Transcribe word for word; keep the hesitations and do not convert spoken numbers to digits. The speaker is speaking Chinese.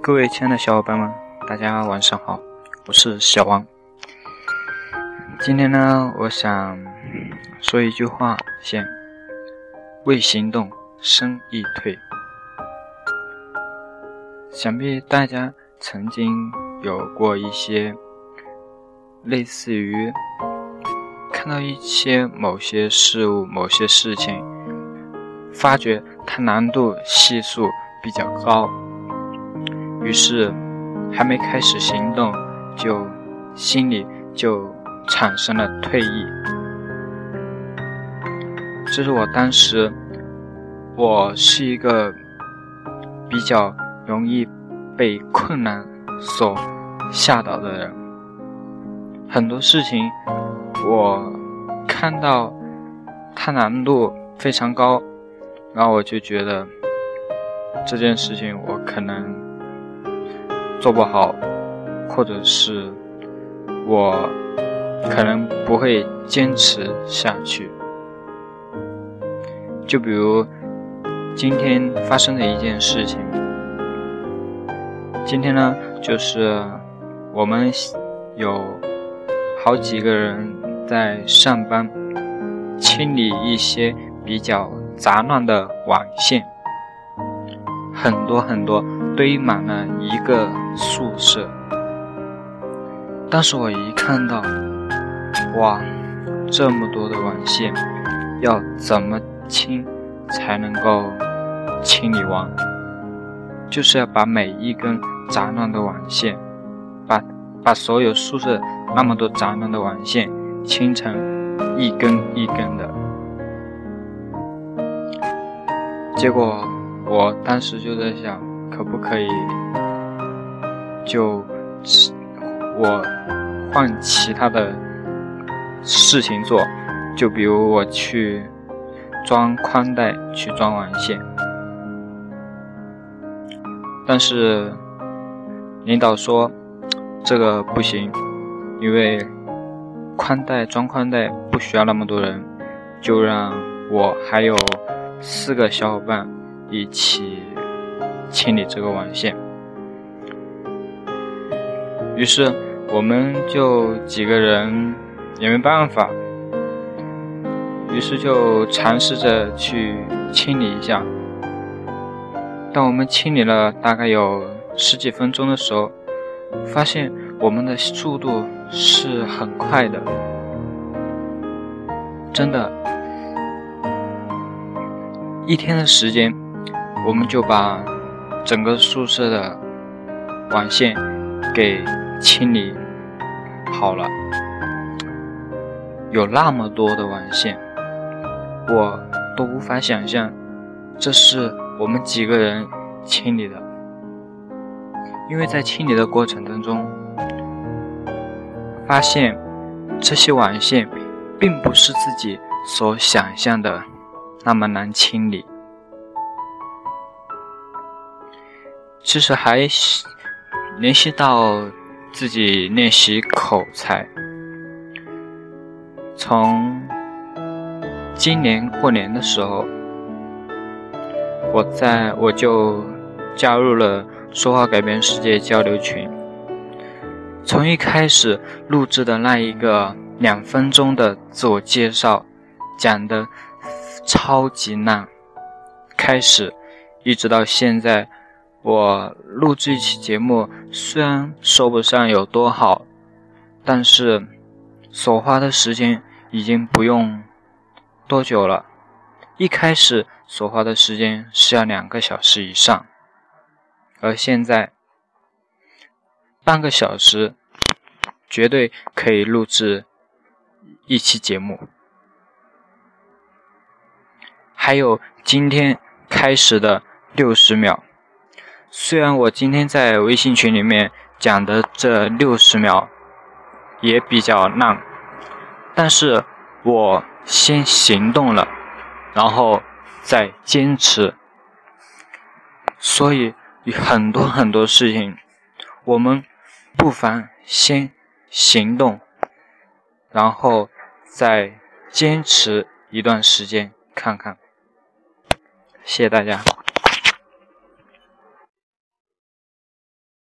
各位亲爱的小伙伴们，大家晚上好，我是小王。今天呢，我想说一句话，先未行动生易退。想必大家曾经有过一些类似于看到一些某些事物某些事情，发觉它难度系数比较高，于是还没开始行动，就心里就产生了退意。这是我当时，我是一个比较容易被困难所吓倒的人，很多事情我看到它难度非常高，然后我就觉得这件事情我可能做不好，或者是我可能不会坚持下去。就比如今天发生的一件事情，今天呢，就是我们有好几个人在上班，清理一些比较杂乱的网线，很多很多堆满了一个宿舍。当时我一看到，哇，这么多的网线，要怎么清才能够清理完？就是要把每一根杂乱的网线，把把所有宿舍那么多杂乱的网线清成一根一根的。结果我当时就在想，可不可以就我换其他的事情做，就比如我去装宽带，去装网线。但是领导说这个不行，因为宽带装宽带不需要那么多人，就让我还有四个小伙伴一起清理这个网线。于是我们就几个人也没办法，于是就尝试着去清理一下。当我们清理了大概有十几分钟的时候，发现我们的速度是很快的，真的，一天的时间我们就把整个宿舍的网线给清理好了。有那么多的网线，我都无法想象这是我们几个人清理的。因为在清理的过程当中，发现这些网线并不是自己所想象的那么难清理。其实还联系到自己练习口才。从今年过年的时候，我在我就加入了说话改变世界交流群。从一开始录制的那一个两分钟的自我介绍讲得超级烂，开始一直到现在，我录制一期节目虽然说不上有多好，但是所花的时间已经不用多久了。一开始所花的时间是要两个小时以上，而现在半个小时绝对可以录制一期节目。还有今天开始的六十秒，虽然我今天在微信群里面讲的这六十秒也比较烂，但是我先行动了，然后再坚持。所以很多很多事情，我们不妨先行动，然后再坚持一段时间看看。谢谢大家。